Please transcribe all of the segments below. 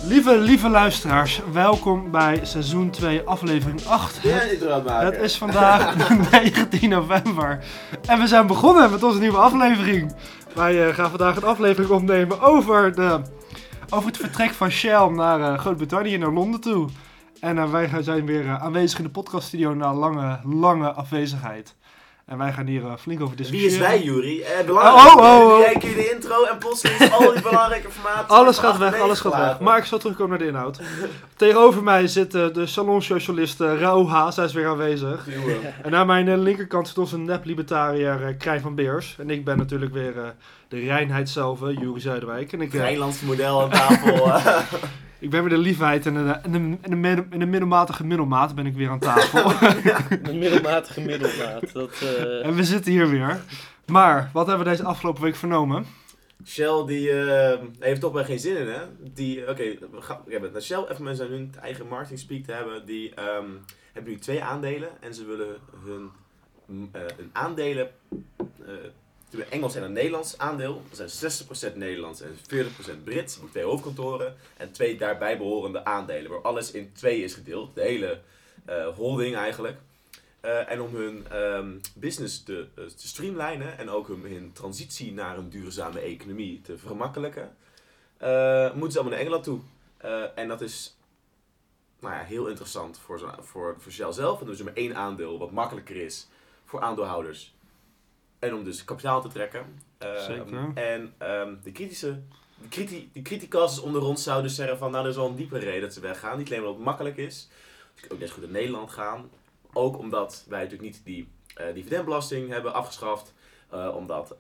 Lieve luisteraars, welkom bij seizoen 2, aflevering 8. Het is vandaag 19 november en we zijn begonnen met onze nieuwe aflevering. Wij gaan vandaag een aflevering opnemen over het vertrek van Shell naar Groot-Brittannië, naar Londen toe. En wij zijn weer aanwezig in de podcaststudio na lange afwezigheid. En wij gaan hier flink over discussiëren. Wie is wij, Juri? Belangrijk. Jij kun je de intro en plotseling al die belangrijke informatie. Alles gaat weg. Maar ik zal terugkomen naar de inhoud. Tegenover mij zit de salonsocialist Raoul H. Zij is weer aanwezig. En aan mijn linkerkant zit onze nep-libertariër Krijn van Beers. En ik ben natuurlijk weer de reinheid zelf, Juri Zuiderwijk. En Rijnlands model aan tafel. Ik ben weer de liefheid en de middelmatige middelmaat ben ik weer aan tafel. De middelmatige middelmaat. En we zitten hier weer. Maar, wat hebben we deze afgelopen week vernomen? Shell die heeft toch wel geen zin in, hè? We hebben naar Shell even met hun eigen marketing speak te hebben. Die hebben nu 2 aandelen en ze willen hun aandelen... een Engels en een Nederlands aandeel. Dat zijn 60% Nederlands en 40% Brits. 2 hoofdkantoren en 2 daarbij behorende aandelen. Waar alles in 2 is gedeeld. De hele holding eigenlijk. En om hun business te streamlinen en ook hun transitie naar een duurzame economie te vermakkelijken, moeten ze allemaal naar Engeland toe. En dat is heel interessant voor Shell zelf. En dus maar 1 aandeel wat makkelijker is voor aandeelhouders. En om dus kapitaal te trekken. Zeker. En de criticasters onder ons zouden zeggen van, er is wel een diepe reden dat ze weggaan. Niet alleen omdat het makkelijk is. Ze kunnen ook net goed in Nederland gaan. Ook omdat wij natuurlijk niet die dividendbelasting hebben afgeschaft. Omdat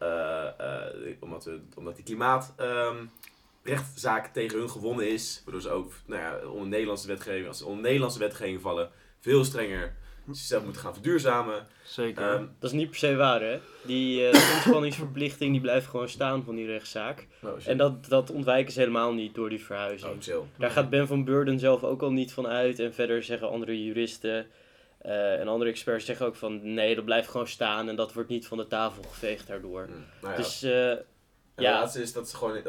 die klimaatrechtszaak tegen hun gewonnen is. Waardoor ze ook onder Nederlandse wetgeving vallen, veel strenger zelf moeten gaan verduurzamen. Zeker. Dat is niet per se waar, hè? Die inspanningsverplichting die blijft gewoon staan van die rechtszaak. En dat ontwijken ze helemaal niet door die verhuizing. Daar gaat Ben van Beurden zelf ook al niet van uit. En verder zeggen andere juristen en andere experts zeggen ook van, nee, dat blijft gewoon staan en dat wordt niet van de tafel geveegd daardoor. Dus het laatste is dat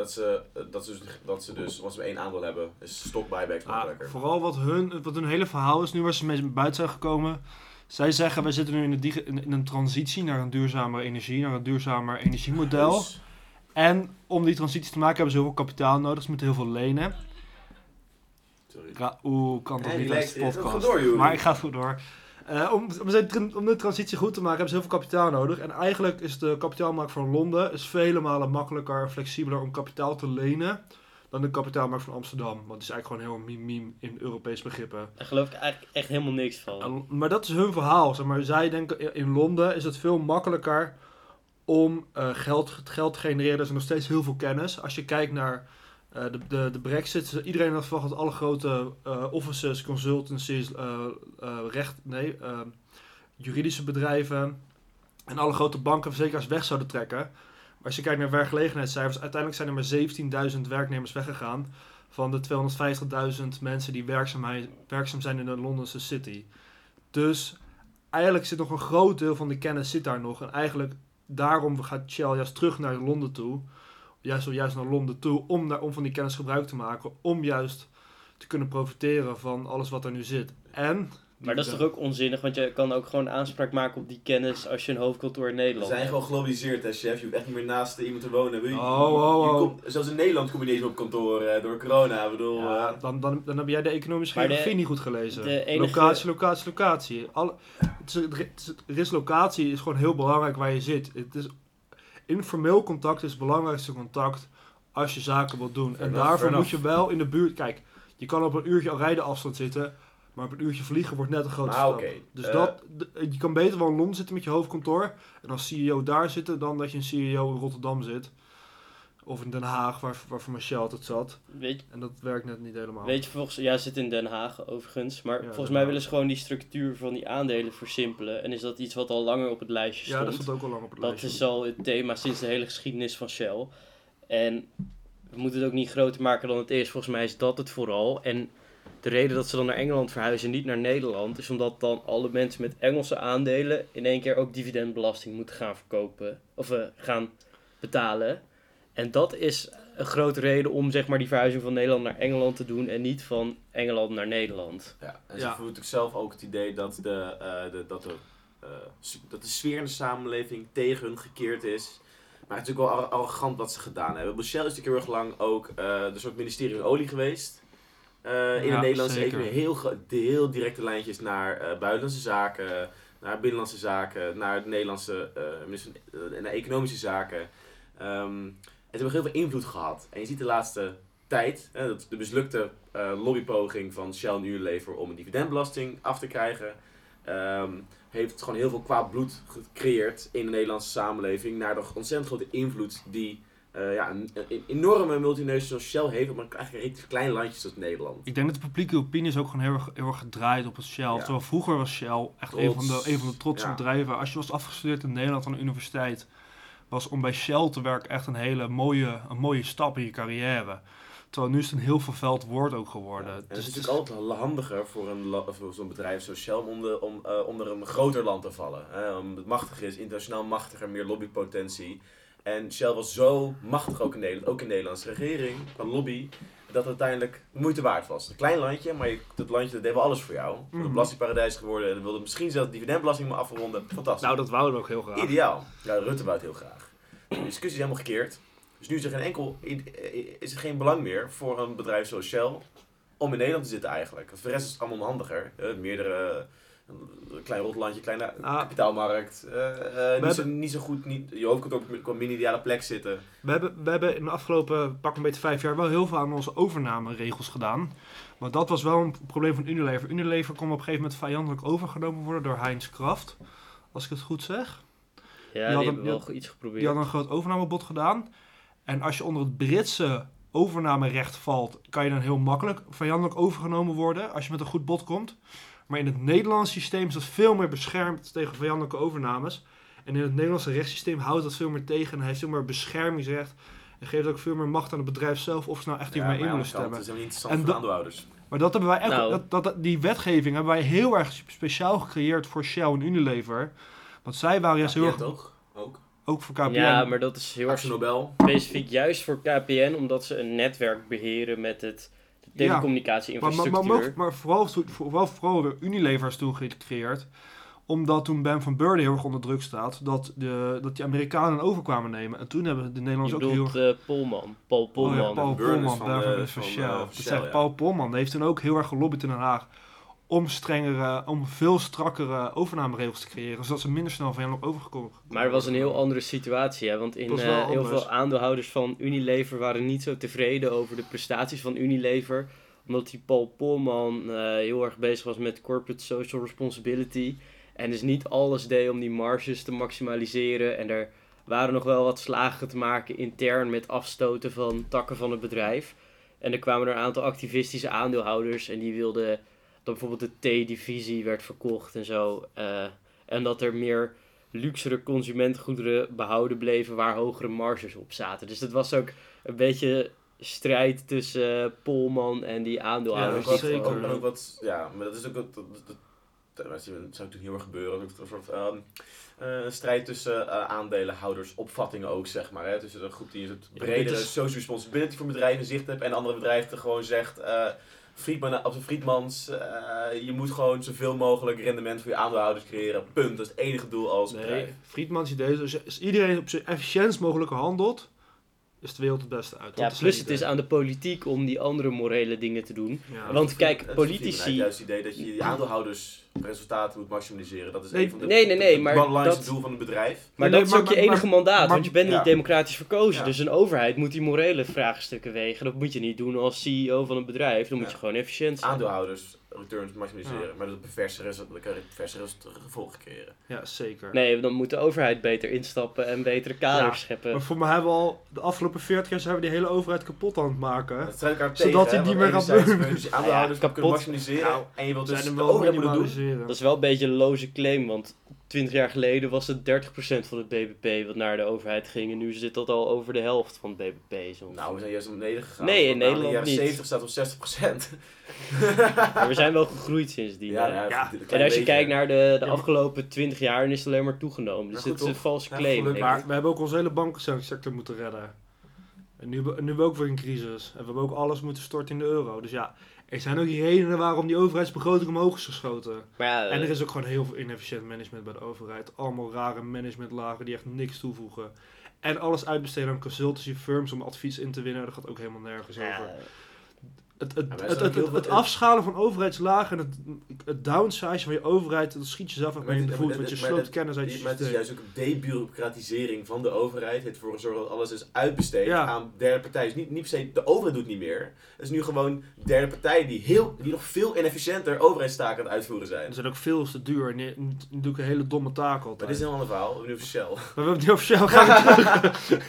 ze dus, als we 1 aandeel hebben, is stock buybacks makkelijker. Vooral wat hun hele verhaal is, nu waar ze mee buiten zijn gekomen. Zij zeggen, wij zitten nu in een transitie naar een duurzamere energie, naar een duurzamer energiemodel. Dus. En om die transitie te maken hebben ze heel veel kapitaal nodig, ze moeten heel veel lenen. Sorry. Raoul kan toch niet uit de podcast. Door, maar ik ga het door. Om de transitie goed te maken hebben ze heel veel kapitaal nodig. En eigenlijk is de kapitaalmarkt van Londen vele malen makkelijker en flexibeler om kapitaal te lenen dan de kapitaalmarkt van Amsterdam. Want die is eigenlijk gewoon heel miem in Europees begrippen. Daar geloof ik eigenlijk echt helemaal niks van. Maar dat is hun verhaal. Zeg maar. Zij denken in Londen is het veel makkelijker om geld te genereren. Er is nog steeds heel veel kennis. Als je kijkt naar de Brexit, iedereen had verwacht dat alle grote offices, consultancies, juridische bedrijven en alle grote banken en verzekeraars weg zouden trekken. Maar als je kijkt naar werkgelegenheidscijfers, uiteindelijk zijn er maar 17.000 werknemers weggegaan van de 250.000 mensen die werkzaam zijn in de Londense city. Dus eigenlijk zit nog een groot deel van de kennis zit daar nog. En eigenlijk daarom gaat Shell juist terug naar Londen toe. Juist naar Londen toe om van die kennis gebruik te maken. Om juist te kunnen profiteren van alles wat er nu zit. Maar dat is toch ook onzinnig, want je kan ook gewoon aanspraak maken op die kennis als je een hoofdkantoor in Nederland hebt. We zijn gewoon geglobaliseerd, hè, chef. Je hoeft echt niet meer naast iemand te wonen. Zelfs in Nederland kom je niet eens op kantoor door corona. Dan heb jij de economische geografie niet goed gelezen. Locatie. Locatie is gewoon heel belangrijk waar je zit. Informeel contact is het belangrijkste contact als je zaken wilt doen. En daarvoor moet je wel in de buurt... Kijk, je kan op een uurtje al rijden afstand zitten, maar op een uurtje vliegen wordt net een grote stap. Dus je kan beter wel in Londen zitten met je hoofdkantoor en als CEO daar zitten dan dat je een CEO in Rotterdam zit. Of in Den Haag, waar voor Shell altijd zat. En dat werkt net niet helemaal. Weet je, zit in Den Haag overigens. Maar volgens mij willen ze gewoon die structuur van die aandelen versimpelen. En is dat iets wat al langer op het lijstje stond. Ja, dat stond ook al lang op het lijstje. Dat is al het thema sinds de hele geschiedenis van Shell. En we moeten het ook niet groter maken dan het is. Volgens mij is dat het vooral. En de reden dat ze dan naar Engeland verhuizen en niet naar Nederland is omdat dan alle mensen met Engelse aandelen in één keer ook dividendbelasting moeten gaan verkopen. Of gaan betalen. En dat is een grote reden om zeg maar die verhuizing van Nederland naar Engeland te doen en niet van Engeland naar Nederland. Ja, en ze voelt ook zelf ook het idee dat de sfeer in de samenleving tegen hun gekeerd is. Maar het is natuurlijk wel arrogant wat ze gedaan hebben. Shell is natuurlijk heel erg lang ook een soort ministerie van olie geweest. In de Nederlandse economie. Heel directe lijntjes naar buitenlandse zaken, naar binnenlandse zaken, naar de Nederlandse naar economische zaken. En ze hebben heel veel invloed gehad. En je ziet de laatste tijd, de mislukte lobbypoging van Shell en Unilever om een dividendbelasting af te krijgen, heeft gewoon heel veel kwaad bloed gecreëerd in de Nederlandse samenleving naar de ontzettend grote invloed die een enorme multinational Shell heeft op eigenlijk een relatief klein landje zoals Nederland. Ik denk dat de publieke opinie is ook gewoon heel erg gedraaid op het Shell. Ja. Terwijl vroeger was Shell echt een van de trotse bedrijven. Als je was afgestudeerd in Nederland aan de universiteit, was om bij Shell te werken echt een hele mooie stap in je carrière. Terwijl nu is het een heel vervuild woord ook geworden. Ja, en dus het is natuurlijk altijd handiger voor zo'n bedrijf zoals Shell om onder een groter land te vallen. Omdat het machtiger is, internationaal machtiger, meer lobbypotentie. En Shell was zo machtig ook in Nederland, ook in de Nederlandse regering, van lobby, dat het uiteindelijk moeite waard was. Een klein landje, maar dat landje dat deed wel alles voor jou. Voor een belastingparadijs geworden en wilde misschien zelfs de dividendbelasting maar afronden. Fantastisch. Nou, dat wouden we ook heel graag. Ideaal. Ja, Rutte wou het heel graag. De discussie is helemaal gekeerd. Dus nu is er geen belang meer voor een bedrijf zoals Shell om in Nederland te zitten eigenlijk. Voor de rest is het allemaal onhandiger. Een klein rotlandje, kleine kapitaalmarkt. Niet zo goed, je hoofdkantoor op een mini-ideale plek zitten. We hebben in de afgelopen pak een beetje 5 jaar wel heel veel aan onze overnameregels gedaan. Maar dat was wel een probleem van Unilever. Unilever kon op een gegeven moment vijandelijk overgenomen worden door Heinz Kraft. Als ik het goed zeg. Ja, die hebben wel iets geprobeerd. Die hadden een groot overnamebod gedaan. En als je onder het Britse overnamerecht valt, kan je dan heel makkelijk vijandelijk overgenomen worden als je met een goed bod komt. Maar in het Nederlandse systeem is dat veel meer beschermd tegen vijandelijke overnames. En in het Nederlandse rechtssysteem houdt dat veel meer tegen en hij heeft veel meer beschermingsrecht. En geeft ook veel meer macht aan het bedrijf zelf of ze nou echt hiermee in willen stemmen. Dat is helemaal niet interessant voor aandeelhouders. Maar dat hebben wij echt, die wetgeving hebben wij heel erg speciaal gecreëerd voor Shell en Unilever. Want zij waren juist heel erg... Ook voor KPN. Ja, maar dat is heel erg specifiek juist voor KPN, omdat ze een netwerk beheren met de telecommunicatie-infrastructuur. Maar vooral weer Unilever is toen gecreëerd, omdat toen Ben van Beurden heel erg onder druk staat, dat die Amerikanen overkwamen nemen. En toen hebben de Nederlanders ook heel erg... Paul Polman. Paul Polman, van Shell. Paul Polman heeft toen ook heel erg gelobbyd in Den Haag om veel strakkere overnameregels te creëren, zodat ze minder snel vijandelijk overgekomen. Maar het was een heel andere situatie, hè? Want heel veel aandeelhouders van Unilever waren niet zo tevreden over de prestaties van Unilever, omdat die Paul Polman heel erg bezig was met corporate social responsibility en dus niet alles deed om die marges te maximaliseren en er waren nog wel wat slagen te maken intern met afstoten van takken van het bedrijf. En er kwamen er een aantal activistische aandeelhouders en die wilden dat bijvoorbeeld de theedivisie werd verkocht en zo. En dat er meer luxere consumentengoederen behouden bleven waar hogere marges op zaten. Dus dat was ook een beetje strijd tussen Polman en die aandeelhouders. Ja, zeker. Maar dat is ook... Dat zou natuurlijk heel erg gebeuren. Een strijd tussen aandeelhouders, opvattingen ook, zeg maar. Hè? Tussen een groep die een bredere social responsibility voor bedrijven in zicht heeft en een andere bedrijf er gewoon zegt... Friedmans, je moet gewoon zoveel mogelijk rendement voor je aandeelhouders creëren. Punt. Dat is het enige doel als bedrijf. Friedmans idee is, als iedereen op zijn efficiëntst mogelijke handelt, is de wereld het beste uit. Ja, plus het is aan de politiek om die andere morele dingen te doen. Ja, want kijk, politici... Het juist het idee dat je die aandeelhoudersresultaten moet maximaliseren. Dat is een van de belangrijkste doel van het bedrijf. Maar dat is ook je enige mandaat, want je bent niet democratisch verkozen. Ja. Dus een overheid moet die morele vraagstukken wegen. Dat moet je niet doen als CEO van een bedrijf. Dan moet je gewoon efficiënt zijn. Aandeelhouders returns maximaliseren, maar dat perverse gevolgen creëren. Ja, zeker. Nee, dan moet de overheid beter instappen en betere kaders scheppen. Maar voor mij hebben we al de afgelopen 40 jaar zijn we die hele overheid kapot aan het maken. Dat zijn elkaar zodat hij niet meer gaat doen. Dus aandeelhouders kunnen maximaliseren en je wilt dus de overheid moeten doen. Dat is wel een beetje een loze claim, want 20 jaar geleden was het 30% van het BBP wat naar de overheid ging. En nu zit dat al over de helft van het BBP. Soms. Nou, we zijn juist naar beneden gegaan. Nee, in Nederland niet. In de jaren 70 staat op 60%. Maar we zijn wel gegroeid sindsdien. En als je kijkt naar de afgelopen 20 jaar, dan is het alleen maar toegenomen. Dus het is een valse claim. Maar we hebben ook onze hele bankensector moeten redden. En nu hebben we ook weer een crisis. En we hebben ook alles moeten storten in de euro. Dus ja, er zijn ook redenen waarom die overheidsbegroting omhoog is geschoten. Maar ja, en er is ook gewoon heel veel inefficiënt management bij de overheid. Allemaal rare managementlagen die echt niks toevoegen. En alles uitbesteden aan consultancy firms om advies in te winnen. Dat gaat ook helemaal nergens over. Het afschalen van overheidslagen en het downsize van je overheid, dat schiet jezelf ook mee in de voet, want je sloopt kennis uit je systeem. Maar het is juist ook een debureaucratisering van de overheid. Het ervoor gezorgd dat alles is uitbesteed aan derde partijen. Dus niet per se, de overheid doet niet meer. Het is nu gewoon derde partijen die nog veel inefficiënter overheidstaken aan het uitvoeren zijn. Ze zijn ook veel te duur en nu doe ik een hele domme taak altijd. Maar dit is een ander verhaal, we hebben nu over Shell. Maar we hebben het nu over Shell, gaan we terug.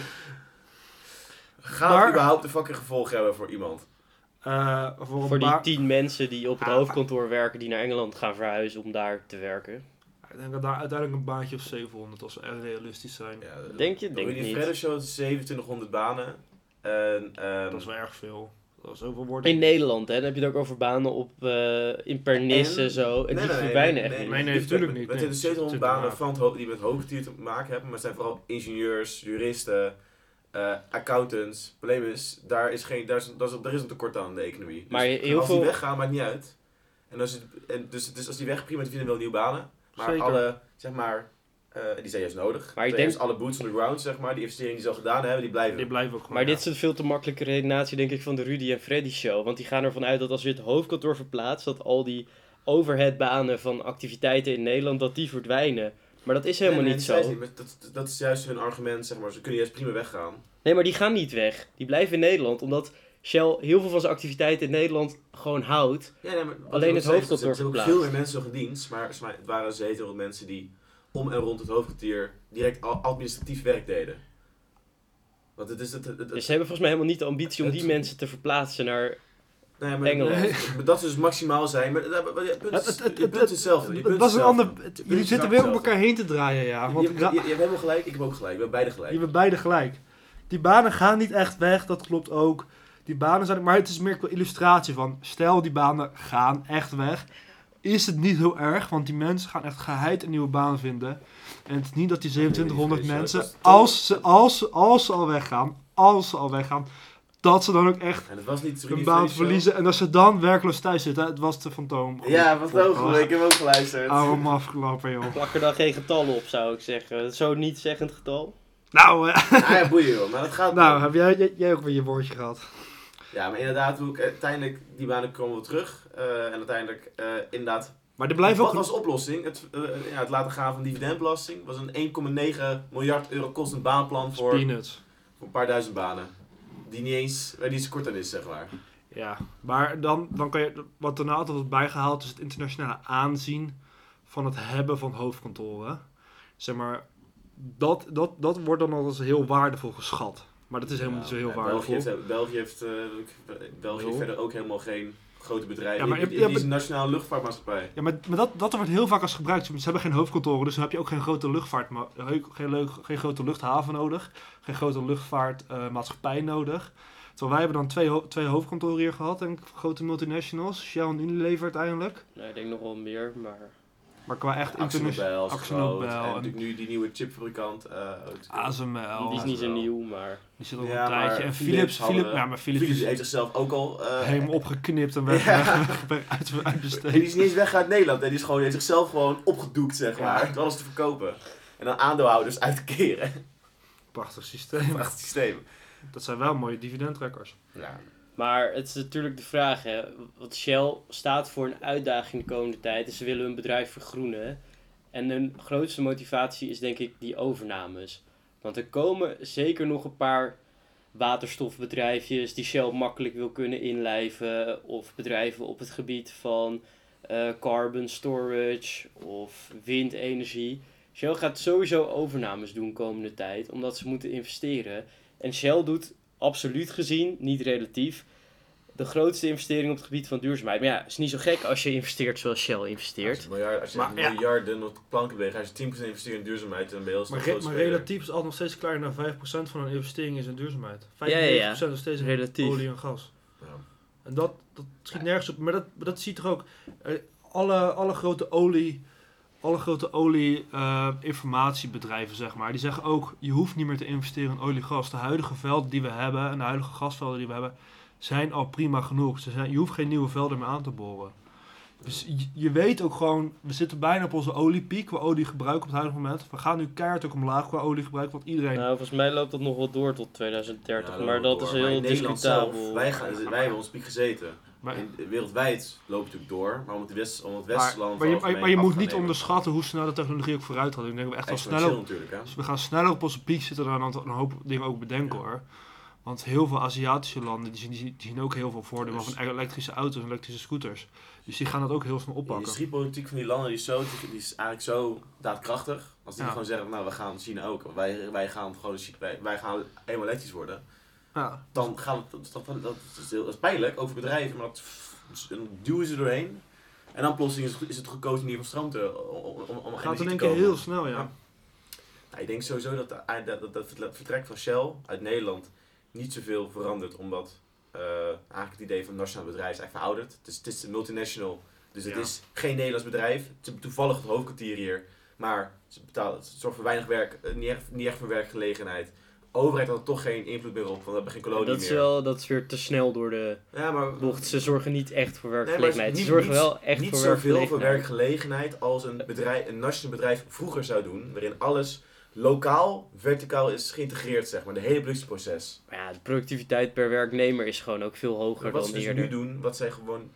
Gaat het überhaupt een fucking gevolg hebben voor iemand? Voor die 10 mensen die op het hoofdkantoor werken die naar Engeland gaan verhuizen om daar te werken. Ik denk dat daar uiteindelijk een baantje of 700 als we echt realistisch zijn. Ja, denk je? Denk niet. In Freddo Show 2700 banen. Dat is wel erg veel. Dat is zoveel woorden. In Nederland, hè? Dan heb je het ook over banen in Pernis en zo. En die verdwijnen echt niet. Nee, natuurlijk niet. Het zijn 700 banen die met hoofdkwartier te maken hebben, maar het zijn vooral ingenieurs, juristen, accountants. Het probleem is, er is een tekort aan in de economie. Dus maar als die weggaan, maakt niet uit. Dus als die weg, prima, die vinden wel nieuwe banen. Maar zeker. Alle, zeg maar, die zijn juist nodig. Maar alle boots on the ground, zeg maar, die investeringen die ze al gedaan hebben, die blijven ook gewoon. Maar dit is een veel te makkelijke redenatie, denk ik, van de Rudy en Freddy show. Want die gaan ervan uit dat als je het hoofdkantoor verplaatst, dat al die overheadbanen van activiteiten in Nederland, dat die verdwijnen. Maar dat is helemaal niet zo. Dat is juist hun argument, zeg maar. Ze kunnen juist prima weggaan. Nee, maar die gaan niet weg. Die blijven in Nederland, omdat Shell heel veel van zijn activiteiten in Nederland gewoon houdt. Ja, nee, maar alleen het hoofdkantoor verplaatst. Er zijn ook veel meer mensen nog in dienst, maar het waren 700 mensen die om en rond het hoofdkwartier direct administratief werk deden. Want dus ze hebben volgens mij helemaal niet de ambitie om die mensen te verplaatsen naar Engeland. Dat is dus maximaal zijn, maar het punt is hetzelfde. Jullie zitten weer op elkaar heen te draaien, ja. Want je hebt helemaal gelijk, ik heb ook gelijk. We hebben beide gelijk. Je hebt beide gelijk. Die banen gaan niet echt weg, dat klopt ook. Die banen zijn, maar het is meer een illustratie van, stel die banen gaan echt weg, is het niet heel erg, want die mensen gaan echt geheid een nieuwe baan vinden. En het is niet dat die 2700 mensen, als ze al weggaan, dat ze dan ook echt een baan verliezen. En dat ze dan werkloos thuis zitten. Het was de fantoom. Ja, wat ook. Ik heb ook geluisterd. Oude afgelopen, joh. Plak er dan geen getallen op, zou ik zeggen. Zo'n niet zeggend getal. Nou, ja, boeien joh. Maar dat gaat heb jij ook weer je woordje gehad. Ja, maar inderdaad, uiteindelijk, die banen komen wel terug. En uiteindelijk, inderdaad... Maar er blijven wat was de oplossing? Het laten gaan van dividendbelasting was een 1,9 miljard euro kostend baanplan voor een paar duizend banen. Die niet eens kort aan is, zeg maar. Ja, maar dan kan je, wat er nou altijd wordt bijgehaald, is het internationale aanzien van het hebben van hoofdkantoren. Zeg maar, dat wordt dan altijd heel waardevol geschat. Maar dat is helemaal niet zo heel waardevol. België heeft verder ook helemaal geen grote bedrijven. Ja, maar het is een nationale luchtvaartmaatschappij. Ja, maar dat wordt heel vaak als gebruikt. Ze hebben geen hoofdkantoren, dus dan heb je ook geen grote geen grote luchthaven nodig. Geen grote luchtvaartmaatschappij nodig. Terwijl wij hebben dan twee hoofdkantoren hier gehad en grote multinationals. Shell en Unilever uiteindelijk. Nee, ik denk nog wel meer, maar qua echt internationaal. En natuurlijk nu die nieuwe chipfabrikant. ASML. Die is niet zo nieuw, maar... Die zit al een tijdje. En Philips heeft zichzelf ook al... helemaal opgeknipt en uitbesteed. Die is niet eens weg uit Nederland. Die heeft zichzelf gewoon opgedoekt, zeg maar. Om alles te verkopen. En dan aandeelhouders uit te keren. Prachtig systeem. Dat zijn wel mooie dividendtrekkers. Ja. Maar het is natuurlijk de vraag, hè. Want Shell staat voor een uitdaging de komende tijd. En ze willen hun bedrijf vergroenen. En hun grootste motivatie is denk ik die overnames. Want er komen zeker nog een paar waterstofbedrijfjes die Shell makkelijk wil kunnen inlijven. Of bedrijven op het gebied van carbon storage of windenergie. Shell gaat sowieso overnames doen de komende tijd, omdat ze moeten investeren. En Shell doet absoluut gezien, niet relatief, de grootste investering op het gebied van duurzaamheid. Maar ja, het is niet zo gek als je investeert zoals Shell investeert. Als je miljarden op de planken beweegt, als je 10% investeert in duurzaamheid, dan ben je heel snel Maar relatief is het altijd nog steeds kleiner dan 5% van een investering is in duurzaamheid. 95% is steeds in olie en gas. Ja. En dat schiet nergens op. Maar dat zie je toch ook. Alle grote olie alle grote olie-informatiebedrijven, zeg maar, die zeggen ook, je hoeft niet meer te investeren in olie-gas. De huidige velden die we hebben en de huidige gasvelden die we hebben, zijn al prima genoeg. Je hoeft geen nieuwe velden meer aan te boren. Dus je weet ook gewoon, we zitten bijna op onze oliepiek, qua oliegebruik op het huidige moment. We gaan nu keihard ook omlaag qua oliegebruik, want iedereen... Nou, volgens mij loopt dat nog wel door tot 2030, maar dat is heel discutabel. Wij hebben ons piek gezeten. Wereldwijd loopt het natuurlijk door, maar om het Westland... Maar je moet niet onderschatten hoe snel de technologie ook vooruit gaat. Ik denk we echt wel sneller... Dus we gaan sneller op onze piek zitten dan een hoop dingen ook bedenken hoor. Want heel veel Aziatische landen die zien ook heel veel voordelen van elektrische auto's en elektrische scooters. Dus die gaan dat ook heel snel oppakken. De industriepolitiek van die landen die is eigenlijk zo daadkrachtig. Als die gewoon zeggen, nou we gaan China ook. Wij gaan helemaal elektrisch worden. Ja. Dan gaat het, dat is pijnlijk over bedrijven, maar dan duwen ze doorheen. En dan plotseling is het goedkoop manier van stroom om gaat in één keer heel snel, ja. Nou, ik denk sowieso dat het vertrek van Shell uit Nederland niet zoveel verandert, omdat eigenlijk het idee van een nationaal bedrijf is eigenlijk verouderd. Het is een multinational, dus het is geen Nederlands bedrijf. Ze hebben toevallig het hoofdkwartier hier, maar ze zorgt voor weinig werk, niet echt voor werkgelegenheid. De overheid had er toch geen invloed meer op, want we hebben geen kolonie meer. Dat is weer te snel door de bocht. Ze zorgen niet echt voor werkgelegenheid. Ze zorgen wel echt voor werkgelegenheid. Niet zoveel voor werkgelegenheid als een nationaal bedrijf vroeger zou doen, waarin alles lokaal, verticaal is geïntegreerd, zeg maar. De hele productieproces. Maar ja, de productiviteit per werknemer is gewoon ook veel hoger dan eerder. Wat ze nu doen, wat zij gewoon,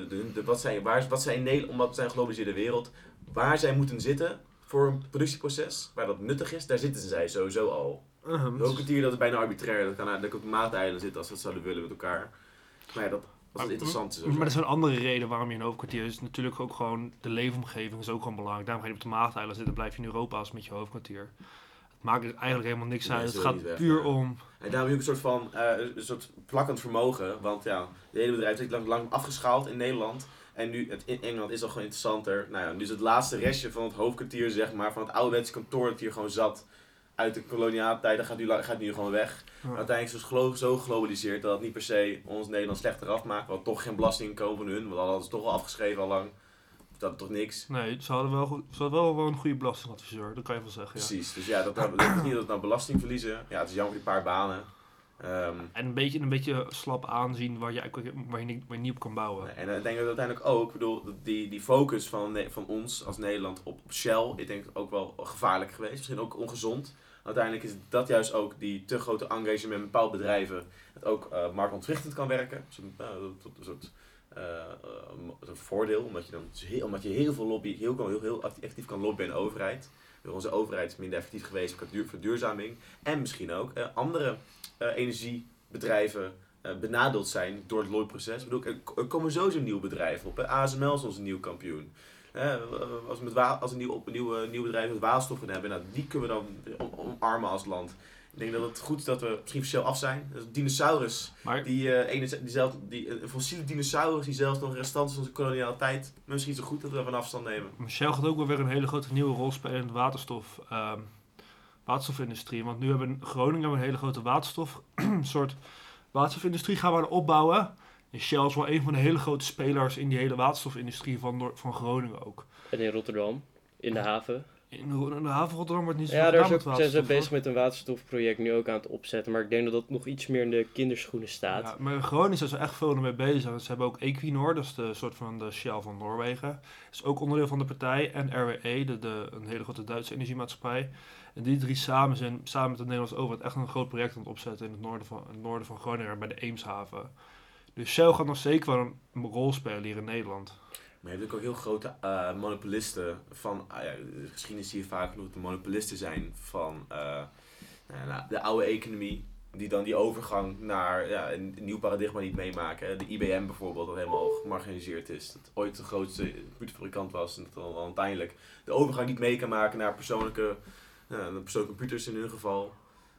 wat zij in Nederland, omdat we zijn een geglobaliseerde wereld, waar zij moeten zitten voor een productieproces, waar dat nuttig is, daar zitten zij sowieso al. De hoofdkwartier, dat is bijna arbitrair, dat kan op de maateilen zitten als ze dat zouden willen met elkaar. Maar ja, dat is interessant. Maar dat is een andere reden waarom je in een hoofdkwartier is. Natuurlijk ook gewoon de leefomgeving is ook gewoon belangrijk. Daarom ga je op de maateilen zitten, blijf je in Europa als met je hoofdkwartier. Het maakt eigenlijk helemaal niks uit. Het gaat puur om... En daarom heb je ook een soort plakkend vermogen. Want ja, de hele bedrijf is lang afgeschaald in Nederland. En nu, in Engeland is al gewoon interessanter. Nou ja, nu is het laatste restje van het hoofdkwartier, zeg maar, van het ouderwetse kantoor dat hier gewoon zat. Uit de koloniale tijd, gaat nu gewoon weg. Ja. Uiteindelijk is het zo geglobaliseerd dat het niet per se ons Nederland slechter afmaakt. We hadden toch geen belastinginkomen van hun, want dat hadden ze toch al afgeschreven al lang. Dat is toch niks? Nee, ze hadden wel een goede belastingadviseur, dat kan je wel zeggen. Precies, ja. Dus ja, dat is niet dat we nou belasting verliezen. Ja, het is jammer die paar banen. En een beetje slap aanzien waar je niet op kan bouwen. Nee, en ik denk dat uiteindelijk ook, ik bedoel, die focus van ons als Nederland op Shell, ik denk ook wel gevaarlijk geweest. Misschien ook ongezond. Uiteindelijk is dat juist ook die te grote engagement met bepaalde bedrijven, dat ook marktontwrichtend kan werken. Een soort voordeel, omdat je heel veel lobby, heel actief kan lobbyen in de overheid. Onze overheid is minder effectief geweest qua verduurzaming. En misschien ook andere energiebedrijven benadeeld zijn door het lobbyproces. Er komen sowieso nieuwe bedrijven op. ASML is onze nieuwe kampioen. Als een nieuw bedrijf met waterstoffen hebben, nou, die kunnen we dan omarmen als land. Ik denk dat het goed is dat we misschien van Shell af zijn. Dat is een dinosaurus, een fossiele dinosaurus die zelfs nog restant is van onze koloniale tijd. Misschien is het goed dat we daar van afstand nemen. Maar Shell gaat ook wel weer een hele grote nieuwe rol spelen in de waterstofindustrie. Want nu hebben we in Groningen een hele grote waterstofindustrie gaan we opbouwen. En Shell is wel een van de hele grote spelers in die hele waterstofindustrie van Groningen ook. En in Rotterdam, in de haven. In de haven Rotterdam wordt niet zo gedaan met waterstof. Zijn ze bezig met een waterstofproject nu ook aan het opzetten. Maar ik denk dat dat nog iets meer in de kinderschoenen staat. Ja, maar in Groningen zijn ze echt veel mee bezig. Ze hebben ook Equinor, dat is de soort van de Shell van Noorwegen. Dat is ook onderdeel van de partij. En RWE, een hele grote Duitse energiemaatschappij. En die drie samen zijn samen met de Nederlandse overheid echt een groot project aan het opzetten in het noorden van Groningen bij de Eemshaven. Dus Shell gaat nog zeker wel een rol spelen hier in Nederland. Maar je hebt ook heel grote monopolisten van, de geschiedenis zie je vaak genoeg de monopolisten zijn van de oude economie, die dan die overgang naar een nieuw paradigma niet meemaken. De IBM bijvoorbeeld, dat helemaal gemarginaliseerd is, dat ooit de grootste computerfabrikant was en dat dan uiteindelijk de overgang niet mee kan maken naar persoonlijke computers in hun geval.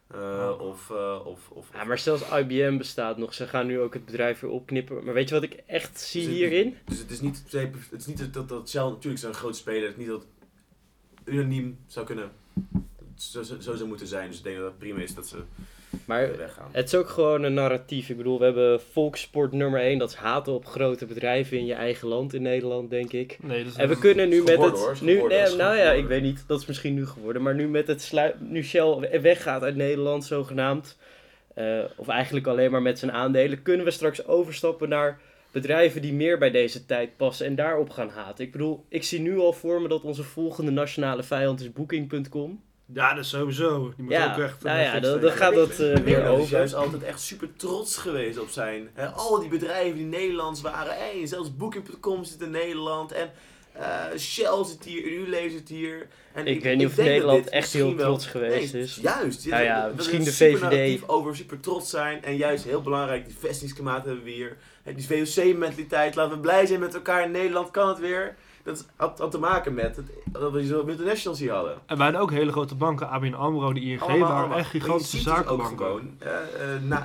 Maar zelfs IBM bestaat nog. Ze gaan nu ook het bedrijf weer opknippen. Maar weet je wat ik echt zie hierin? Dus het is niet dat Shell natuurlijk zo'n groot speler. Het is niet dat unaniem zou kunnen zo zou moeten zijn. Dus ik denk dat het prima is dat ze weggaan. Het is ook gewoon een narratief. Ik bedoel, we hebben volkssport nummer 1. Dat is haten op grote bedrijven in je eigen land in Nederland, denk ik. Nee, dat is en we kunnen nu met het... ik weet niet. Dat is misschien nu geworden. Maar nu met het nu Shell weggaat uit Nederland, zogenaamd. Of eigenlijk alleen maar met zijn aandelen. Kunnen we straks overstappen naar bedrijven die meer bij deze tijd passen en daarop gaan haten. Ik bedoel, ik zie nu al voor me dat onze volgende nationale vijand is Booking.com. Ja, dat is sowieso. Die moet ook echt... dan gaat dat weer over. is juist altijd echt super trots geweest op zijn... al die bedrijven die Nederlands waren. Zelfs Booking.com zit in Nederland. En Shell zit hier, Unilever zit hier. En ik weet niet of Nederland echt heel trots geweest is. Juist. Misschien de VVD. Over super trots zijn. En juist heel belangrijk, die vestigingsklimaat hebben we hier. Die VOC-mentaliteit. Laten we blij zijn met elkaar. In Nederland kan het weer. Dat had te maken met dat we zo multinationals hier hadden. En wij hadden ook hele grote banken. ABN AMRO, de ING, waren echt gigantische zakenbanken. Gewoon, na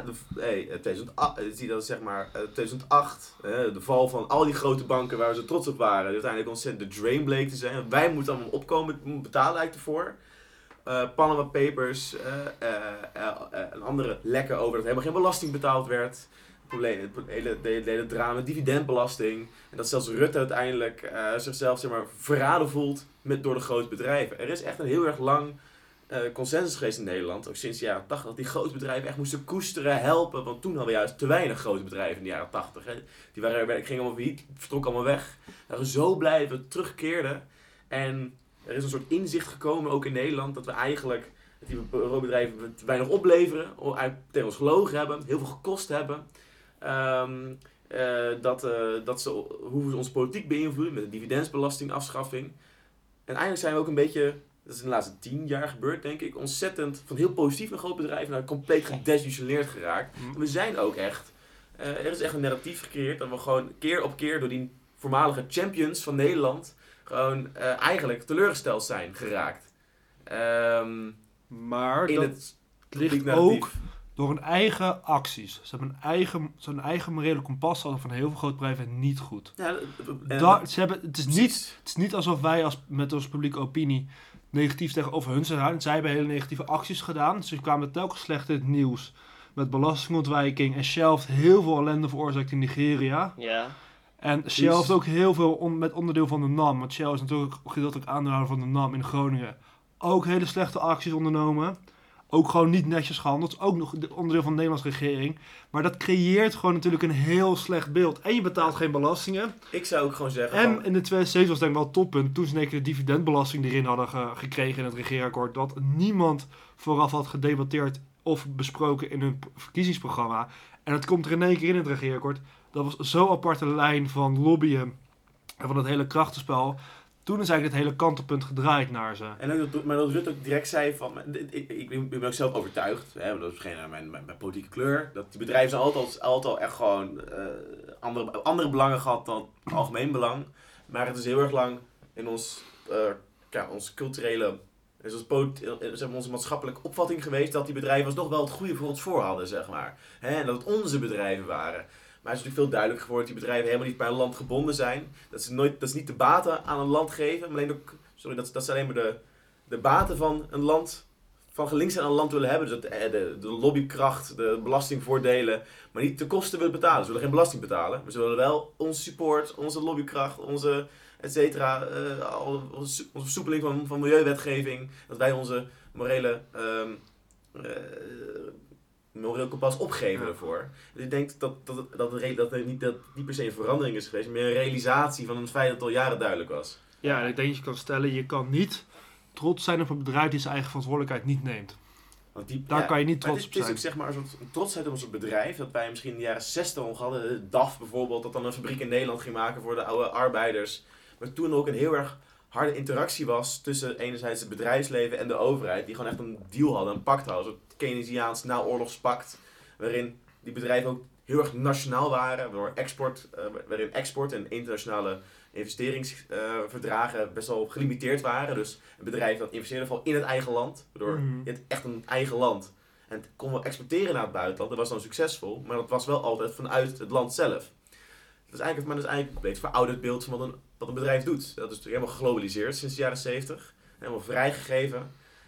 2008, de val van al die grote banken waar we zo trots op waren. Die uiteindelijk ontzettend de drain bleek te zijn. Wij moeten allemaal opkomen, betalen eigenlijk ervoor. Panama Papers en andere lekken over dat helemaal geen belasting betaald werd. Het hele drama, dividendbelasting. En dat zelfs Rutte uiteindelijk zichzelf verraden voelt door de grote bedrijven. Er is echt een heel erg lang consensus geweest in Nederland, ook sinds de jaren 80, dat die grote bedrijven echt moesten koesteren, helpen. Want toen hadden we juist te weinig grote bedrijven in de jaren 80. Hè. Die gingen allemaal failliet, vertrokken allemaal weg. We waren zo blij dat we terugkeerden. En er is een soort inzicht gekomen, ook in Nederland, dat we eigenlijk die bedrijven te weinig opleveren, tegen ons gelogen hebben, heel veel gekost hebben. Hoe ze onze politiek beïnvloeden met de dividendsbelastingafschaffing. En eigenlijk zijn we ook een beetje, dat is in de laatste 10 jaar gebeurd denk ik, ontzettend van heel positief naar groot bedrijven naar compleet gedesillusioneerd geraakt. En we zijn ook echt, er is echt een narratief gecreëerd dat we gewoon keer op keer door die voormalige champions van Nederland gewoon eigenlijk teleurgesteld zijn geraakt. Maar dat ligt ook door hun eigen acties. Ze hebben zo'n eigen morele kompas hadden van heel veel grote bedrijven niet goed. Ja, het is niet alsof wij met onze publieke opinie negatief tegenover hun zijn. Zij hebben hele negatieve acties gedaan. Ze kwamen telkens slecht in het nieuws. Met belastingontwijking. En Shell heeft heel veel ellende veroorzaakt in Nigeria. Ja. En Shell heeft ook heel veel met onderdeel van de NAM. Want Shell is natuurlijk gedeeltelijk aandeelhouder van de NAM in Groningen. Ook hele slechte acties ondernomen. Ook gewoon niet netjes gehandeld. Ook nog onderdeel van de Nederlandse regering. Maar dat creëert gewoon natuurlijk een heel slecht beeld. En je betaalt geen belastingen. Ik zou ook gewoon zeggen... En in de 2007 was denk ik wel het toppunt. Toen ze de dividendbelasting erin hadden gekregen in het regeerakkoord. Dat niemand vooraf had gedebatteerd of besproken in hun verkiezingsprogramma. En het komt er in één keer in het regeerakkoord. Dat was zo'n aparte lijn van lobbyen. En van het hele krachtenspel. Toen is eigenlijk het hele kantelpunt gedraaid naar ze. Maar dat Rutte ook direct zei van... Ik ben ook zelf overtuigd. Hè, dat is mijn politieke kleur. Dat die bedrijven zijn altijd al echt gewoon... andere belangen gehad dan het algemeen belang. Maar het is heel erg lang in onze culturele... onze maatschappelijke opvatting geweest... dat die bedrijven alsnog wel het goede voor ons voor hadden, zeg maar. Hè, en dat het onze bedrijven waren... Maar het is natuurlijk veel duidelijker geworden dat die bedrijven helemaal niet bij een land gebonden zijn. Dat ze niet de baten aan een land geven, maar dat ze alleen maar de baten van een land, van gelinkt aan een land willen hebben. Dus de lobbykracht, de belastingvoordelen, maar niet de kosten willen betalen. Ze willen geen belasting betalen, maar ze willen wel onze support, onze lobbykracht, onze et cetera, onze versoepeling van milieuwetgeving. Dat wij onze morele kompas opgeven ervoor. Dus ik denk dat niet per se een verandering is geweest, maar een realisatie van een feit dat al jaren duidelijk was. Ja, en ik denk dat je kan stellen, je kan niet trots zijn op een bedrijf die zijn eigen verantwoordelijkheid niet neemt. Want daar kan je niet trots op zijn. Het is ook zeg maar een soort trotsheid op ons bedrijf, dat wij misschien in de jaren 60 al hadden, DAF bijvoorbeeld, dat dan een fabriek in Nederland ging maken voor de oude arbeiders. Maar toen ook een heel erg harde interactie was tussen enerzijds het bedrijfsleven en de overheid, die gewoon echt een deal hadden, een pact hadden, een soort Keynesiaans naoorlogspact, waarin die bedrijven ook heel erg nationaal waren, waarin export en internationale investeringsverdragen best wel gelimiteerd waren. Dus een bedrijf dat investeerde vooral in het eigen land, waardoor je het echt een eigen land. En het kon wel exporteren naar het buitenland, dat was dan succesvol, maar dat was wel altijd vanuit het land zelf. Dat is eigenlijk een verouderd beeld van wat een bedrijf doet. Dat is natuurlijk helemaal geglobaliseerd sinds de jaren 70. Helemaal vrijgegeven.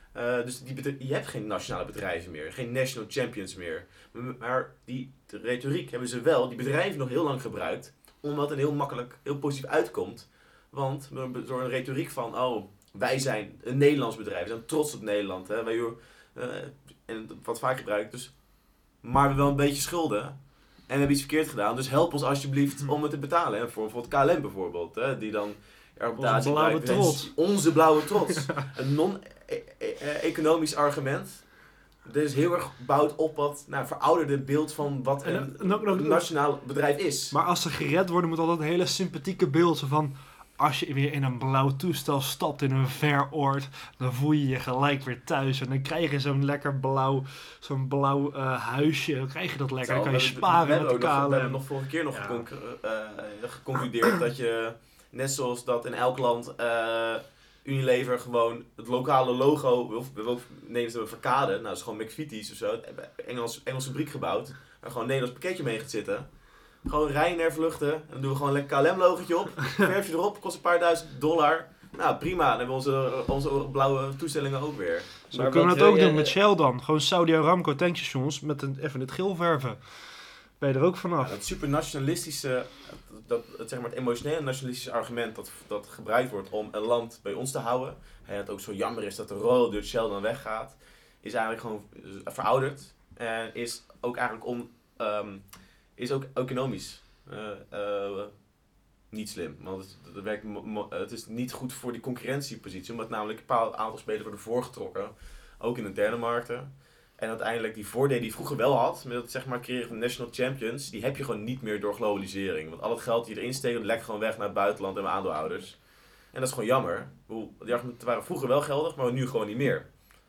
Dus je hebt geen nationale bedrijven meer, geen national champions meer. Maar de retoriek hebben ze wel, die bedrijven nog heel lang gebruikt, omdat het heel makkelijk, heel positief uitkomt. Want door een retoriek van, wij zijn een Nederlands bedrijf, we zijn trots op Nederland. Hè, en wat vaak gebruikt, dus, maar we hebben wel een beetje schulden. En we hebben iets verkeerd gedaan, dus help ons alsjeblieft om het te betalen. Hè, voor bijvoorbeeld KLM bijvoorbeeld, hè, die dan onze blauwe trots. Onze blauwe trots. Een non-economisch argument. Dit is heel erg gebouwd op wat verouderde beeld van wat een nationaal bedrijf is. Maar als ze gered worden, moet altijd een hele sympathieke beeld. Zo van, als je weer in een blauw toestel stapt in een ver oord, dan voel je je gelijk weer thuis. En dan krijg je zo'n lekker blauw huisje. Dan krijg je dat lekker. Dan kan je sparen met de KLM. We hebben nog vorige keer geconcludeerd dat je, net zoals dat in elk land, Unilever gewoon het lokale logo, Nederlands hebben verkade, nou dat is gewoon McVitie's of zo, Engelse fabriek gebouwd, waar gewoon een Nederlands pakketje mee gaat zitten. Gewoon Ryanair vluchten, en dan doen we gewoon een lekker KLM-logotje op, verf je erop, kost een paar $1000. Nou prima, dan hebben we onze blauwe toestellingen ook weer. Zo kunnen we dat ook doen met Shell dan. Gewoon Saudi Aramco tankstations met even het geel verven. Ben je er ook vanaf? Ja, dat super nationalistische, zeg maar het emotionele nationalistische argument dat gebruikt wordt om een land bij ons te houden. En dat ook zo jammer is dat de Royal Dutch Shell dan weggaat. Is eigenlijk gewoon verouderd. En is ook eigenlijk is ook economisch niet slim. Want het is niet goed voor die concurrentiepositie. Omdat namelijk een bepaald aantal spelers worden voorgetrokken. Ook in interne markten. En uiteindelijk die voordelen die je vroeger wel had, met het zeg maar creëren van national champions, die heb je gewoon niet meer door globalisering. Want al het geld die je erin steekt, lekt gewoon weg naar het buitenland en mijn aandeelhouders. En dat is gewoon jammer. Die argumenten waren vroeger wel geldig, maar nu gewoon niet meer.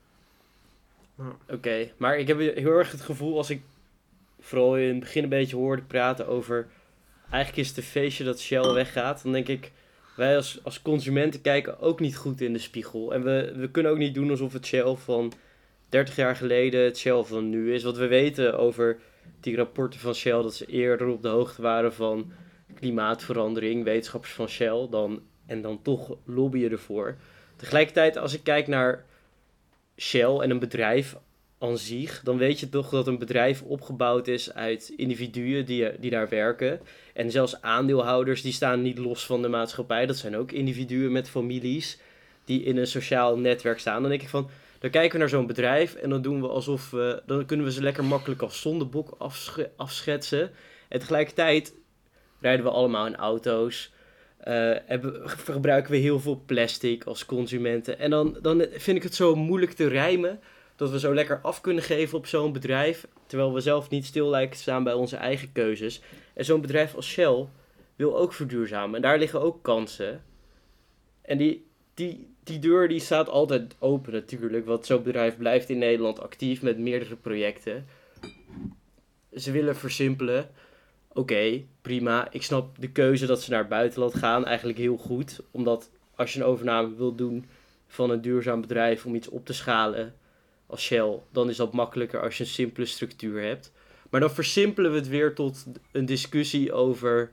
Oké, maar ik heb heel erg het gevoel, als ik vooral in het begin een beetje hoorde praten over, eigenlijk is het een feestje dat Shell weggaat, dan denk ik, wij als consumenten kijken ook niet goed in de spiegel. En we kunnen ook niet doen alsof het Shell van 30 jaar geleden het Shell van nu is. Wat we weten over die rapporten van Shell, dat ze eerder op de hoogte waren van klimaatverandering, wetenschappers van Shell, en dan toch lobbyen ervoor. Tegelijkertijd, als ik kijk naar Shell en een bedrijf aan zich, dan weet je toch dat een bedrijf opgebouwd is uit individuen die daar werken. En zelfs aandeelhouders, die staan niet los van de maatschappij. Dat zijn ook individuen met families die in een sociaal netwerk staan. Dan denk ik van, dan kijken we naar zo'n bedrijf en dan doen we alsof dan kunnen we ze lekker makkelijk als zondebok afschetsen. En tegelijkertijd rijden we allemaal in auto's. Gebruiken we heel veel plastic als consumenten. En dan vind ik het zo moeilijk te rijmen dat we zo lekker af kunnen geven op zo'n bedrijf, terwijl we zelf niet stil lijken te staan bij onze eigen keuzes. En zo'n bedrijf als Shell wil ook verduurzamen. En daar liggen ook kansen. En die deur die staat altijd open natuurlijk, want zo'n bedrijf blijft in Nederland actief met meerdere projecten. Ze willen versimpelen. Oké, prima. Ik snap de keuze dat ze naar het buitenland gaan eigenlijk heel goed. Omdat als je een overname wilt doen van een duurzaam bedrijf om iets op te schalen als Shell, dan is dat makkelijker als je een simpele structuur hebt. Maar dan versimpelen we het weer tot een discussie over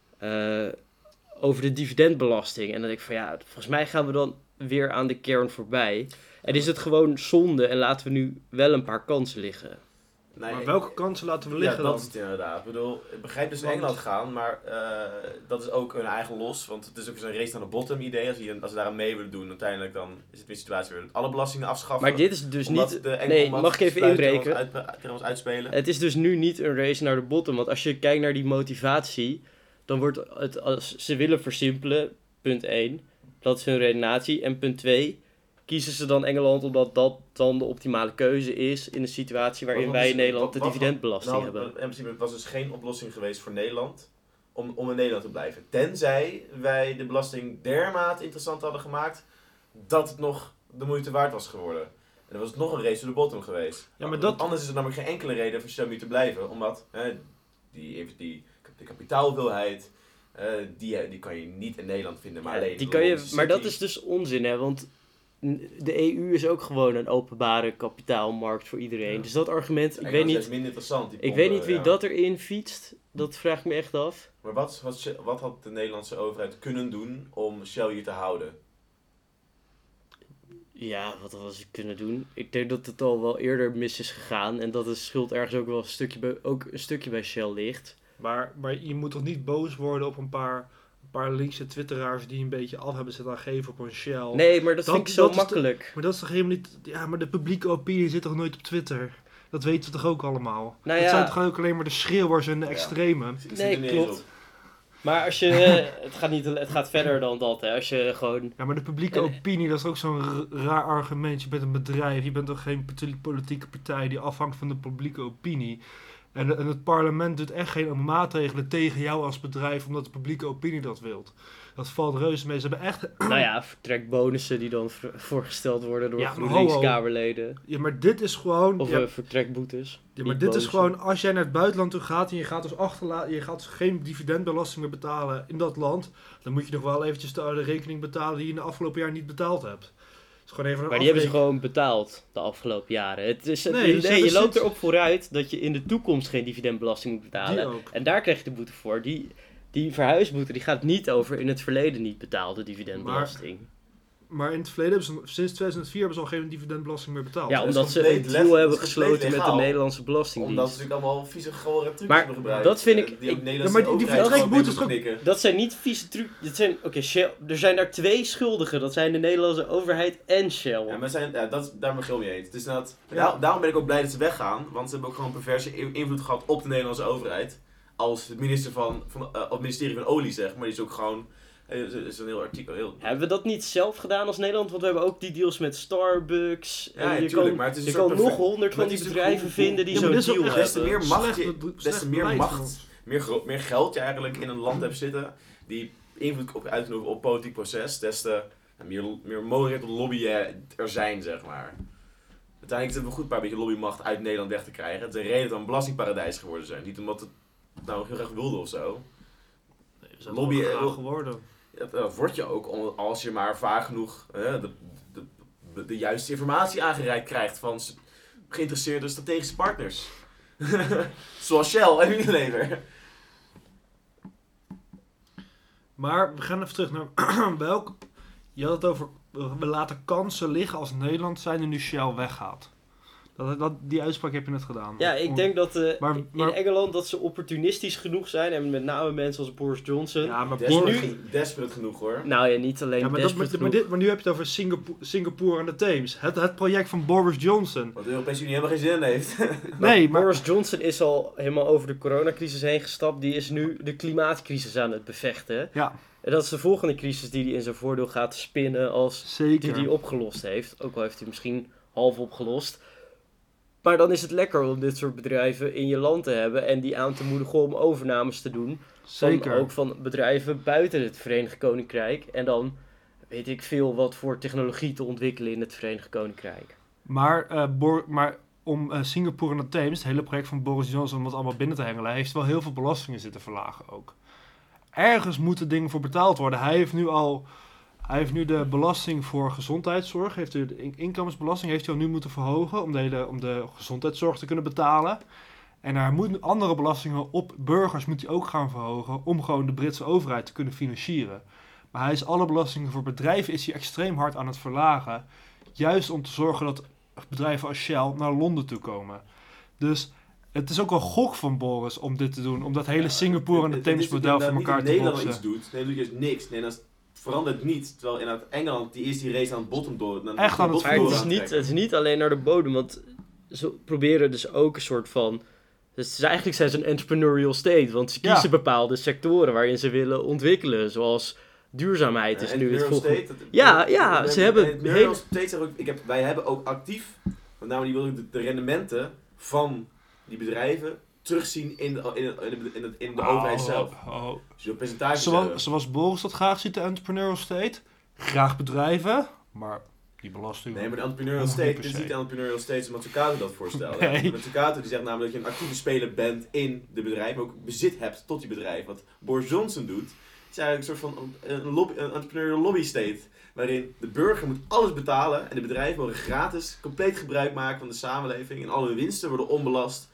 de dividendbelasting. En dan denk ik van ja, volgens mij gaan we dan weer aan de kern voorbij. En is het gewoon zonde en laten we nu wel een paar kansen liggen. Nee, maar welke kansen laten we liggen dan? Ja, dat is het inderdaad. Ik begrijp dus naar Engeland gaan, maar dat is ook hun eigen los. Want het is ook zo'n race naar de bottom idee. Als ze daar aan mee willen doen, uiteindelijk dan is het weer een situatie weer alle belastingen afschaffen. Maar dit is dus niet... Nee, mag ik even inbreken? Tegen ons uitspelen. Het is dus nu niet een race naar de bottom. Want als je kijkt naar die motivatie, dan wordt het, als ze willen versimpelen, punt 1, dat is hun redenatie. En punt 2, kiezen ze dan Engeland omdat dat dan de optimale keuze is in een situatie waarin wij in Nederland de dividendbelasting hebben? In principe was dus geen oplossing geweest voor Nederland om in Nederland te blijven. Tenzij wij de belasting dermate interessant hadden gemaakt dat het nog de moeite waard was geworden. En dan was het nog een race to the bottom geweest. Ja, maar anders is er namelijk geen enkele reden voor Shell te blijven. Omdat die kapitaalhoeveelheid, die kan je niet in Nederland vinden. Maar alleen maar dat is dus onzin, hè? Want de EU is ook gewoon een openbare kapitaalmarkt voor iedereen. Ja. Dus dat argument, ik weet niet. Is minder interessant. Ik weet niet wie dat erin fietst. Dat vraag ik me echt af. Maar wat had de Nederlandse overheid kunnen doen om Shell hier te houden? Ja, wat hadden ze kunnen doen? Ik denk dat het al wel eerder mis is gegaan. En dat de schuld ergens ook wel een stukje bij Shell ligt. Maar je moet toch niet boos worden op een paar linkse twitteraars die een beetje af hebben zitten geven op een Shell. Nee, maar dat vind ik zo makkelijk. Maar dat is toch helemaal niet... Ja, maar de publieke opinie zit toch nooit op Twitter? Dat weten we toch ook allemaal? Nou het zijn toch ook alleen maar de schreeuwers en de extremen? Nee, klopt. Maar als je... het gaat verder dan dat, hè. Als je gewoon... Ja, maar de publieke opinie, dat is ook zo'n raar argument. Je bent een bedrijf, je bent toch geen politieke partij die afhangt van de publieke opinie. En het parlement doet echt geen maatregelen tegen jou als bedrijf, omdat de publieke opinie dat wilt. Dat valt reuze mee. Ze hebben echt... Nou ja, vertrekbonussen die dan voorgesteld worden door GroenLinks-Kamerleden. Ja, maar dit is gewoon... Of vertrekboetes. Ja, maar dit is gewoon, als jij naar het buitenland toe gaat en je gaat dus geen dividendbelasting meer betalen in dat land, dan moet je nog wel eventjes de rekening betalen die je in de afgelopen jaar niet betaald hebt. Maar die hebben ze gewoon betaald de afgelopen jaren. Je loopt erop vooruit dat je in de toekomst geen dividendbelasting moet betalen. En daar krijg je de boete voor. Die verhuisboete die gaat niet over in het verleden niet betaalde dividendbelasting. Maar in het verleden sinds 2004 hebben ze al geen dividendbelasting meer betaald. Ja, omdat ze een deal hebben gesloten met de Nederlandse Belastingdienst. Omdat ze natuurlijk allemaal vieze gore trucs hebben gebruikt. Dat vind ik... die vertrekboetes... Dat zijn niet vieze trucs. Er zijn daar 2 schuldigen. Dat zijn de Nederlandse overheid en Shell. Ja, maar daar ben ik heel mee eens. Dus daarom ben ik ook blij dat ze weggaan. Want ze hebben ook gewoon perverse invloed gehad op de Nederlandse overheid. Als het ministerie van Olie, zeg maar. Die is ook gewoon... Dat is een heel artikel. Hebben we dat niet zelf gedaan als Nederland? Want we hebben ook die deals met Starbucks. Ja, natuurlijk. Maar het is je kan nog 100 van die bedrijven vinden die zo'n deal hebben. Des te meer macht, meer geld je eigenlijk in een land hebt zitten, die invloed uitoefenen op politiek proces, des te meer mogelijkheid tot lobbyen er zijn, zeg maar. Uiteindelijk is het wel goed een paar beetje lobbymacht uit Nederland weg te krijgen. Het is de reden dat we een belastingparadijs geworden zijn. Niet omdat het nou heel graag wilde of zo. Lobby geworden. Dat word je ook als je maar vaak genoeg de juiste informatie aangereikt krijgt van geïnteresseerde strategische partners. Zoals Shell en Unilever. Maar we gaan even terug naar je had het over, we laten kansen liggen als Nederland zijn en nu Shell weggaat. Die uitspraak heb je net gedaan. Ja, ik denk dat in Engeland dat ze opportunistisch genoeg zijn. En met name mensen als Boris Johnson. Ja, maar desperate genoeg hoor. Nou ja, niet alleen desperate genoeg. Maar nu heb je het over Singapore en de Theems. Het project van Boris Johnson. Wat de Europese Unie helemaal geen zin in heeft. Nee, maar Boris Johnson is al helemaal over de coronacrisis heen gestapt. Die is nu de klimaatcrisis aan het bevechten. Ja. En dat is de volgende crisis die hij in zijn voordeel gaat spinnen als die opgelost heeft. Ook al heeft hij misschien half opgelost. Maar dan is het lekker om dit soort bedrijven in je land te hebben en die aan te moedigen om overnames te doen. Zeker. Ook van bedrijven buiten het Verenigd Koninkrijk. En dan weet ik veel wat voor technologie te ontwikkelen in het Verenigd Koninkrijk. Maar om Singapore en de Theems, het hele project van Boris Johnson om dat allemaal binnen te hengelen, heeft wel heel veel belastingen zitten verlagen ook. Ergens moeten dingen voor betaald worden. Hij heeft nu de belasting voor gezondheidszorg, de inkomensbelasting heeft hij al nu moeten verhogen om de gezondheidszorg te kunnen betalen. En hij moet andere belastingen op burgers moet hij ook gaan verhogen om gewoon de Britse overheid te kunnen financieren. Maar hij is alle belastingen voor bedrijven is hij extreem hard aan het verlagen. Juist om te zorgen dat bedrijven als Shell naar Londen toe komen. Dus het is ook een gok van Boris om dit te doen, om dat hele Singapore en de Theems model voor elkaar te boksen. Nederland iets doet, Nederland doet juist niks. Nederland verandert niet, terwijl in Engeland die is die race aan het bottom door. Echt aan het bottom. Het is niet alleen naar de bodem, want ze proberen dus ook een soort van... Dus eigenlijk zijn ze een entrepreneurial state, want ze kiezen bepaalde sectoren waarin ze willen ontwikkelen, zoals duurzaamheid is nu het volgende. Ze hebben... Wij hebben ook actief, met name die willen de rendementen van die bedrijven terugzien in de overheid zelf. Dus zoals Boris dat graag ziet, de entrepreneurial state. Graag bedrijven, maar die belasting... Nee, maar de entrepreneurial state is niet de entrepreneurial state zoals Matsukato dat voorstelt. Nee. Matsukato die zegt namelijk dat je een actieve speler bent in de bedrijf, maar ook bezit hebt tot die bedrijf. Wat Boris Johnson doet, is eigenlijk een soort van een entrepreneurial lobby state. Waarin de burger moet alles betalen en de bedrijven mogen gratis compleet gebruik maken van de samenleving. En alle winsten worden onbelast.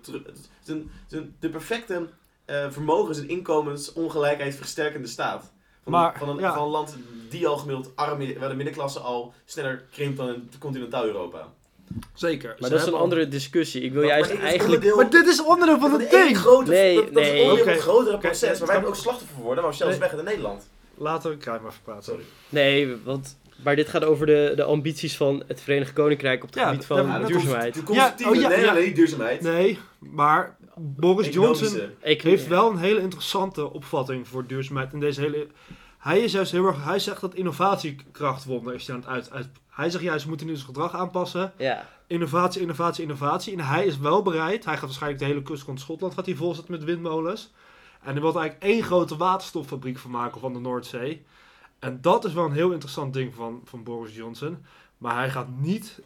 De perfecte vermogens- en inkomensongelijkheid versterkende staat. Van een land die al gemiddeld arm is, waar de middenklasse al sneller krimpt dan in continentaal Europa. Zeker. Maar dat is een andere discussie. Ik wil juist eigenlijk... Maar dit is onderdeel van het ding! Dat is onderdeel van het grotere proces. Maar wij hebben ook slachtoffer worden, maar zelfs weg uit Nederland. Laten we Kruijm even praten. Sorry. Nee, maar dit gaat over de ambities van het Verenigd Koninkrijk op het gebied van duurzaamheid. De conservatieve niet duurzaamheid. Nee, maar Boris Johnson heeft wel een hele interessante opvatting voor duurzaamheid in deze hele... Hij is juist heel erg... Hij zegt dat innovatiekrachtwonder is hij aan het uit... Hij zegt juist, we moeten nu ons gedrag aanpassen. Ja. Innovatie. En hij is wel bereid. Hij gaat waarschijnlijk de hele kustkant Schotland gaat hij volzetten met windmolens. En hij wil er eigenlijk 1 grote waterstoffabriek van maken van de Noordzee. En dat is wel een heel interessant ding van Boris Johnson. Maar hij gaat niet...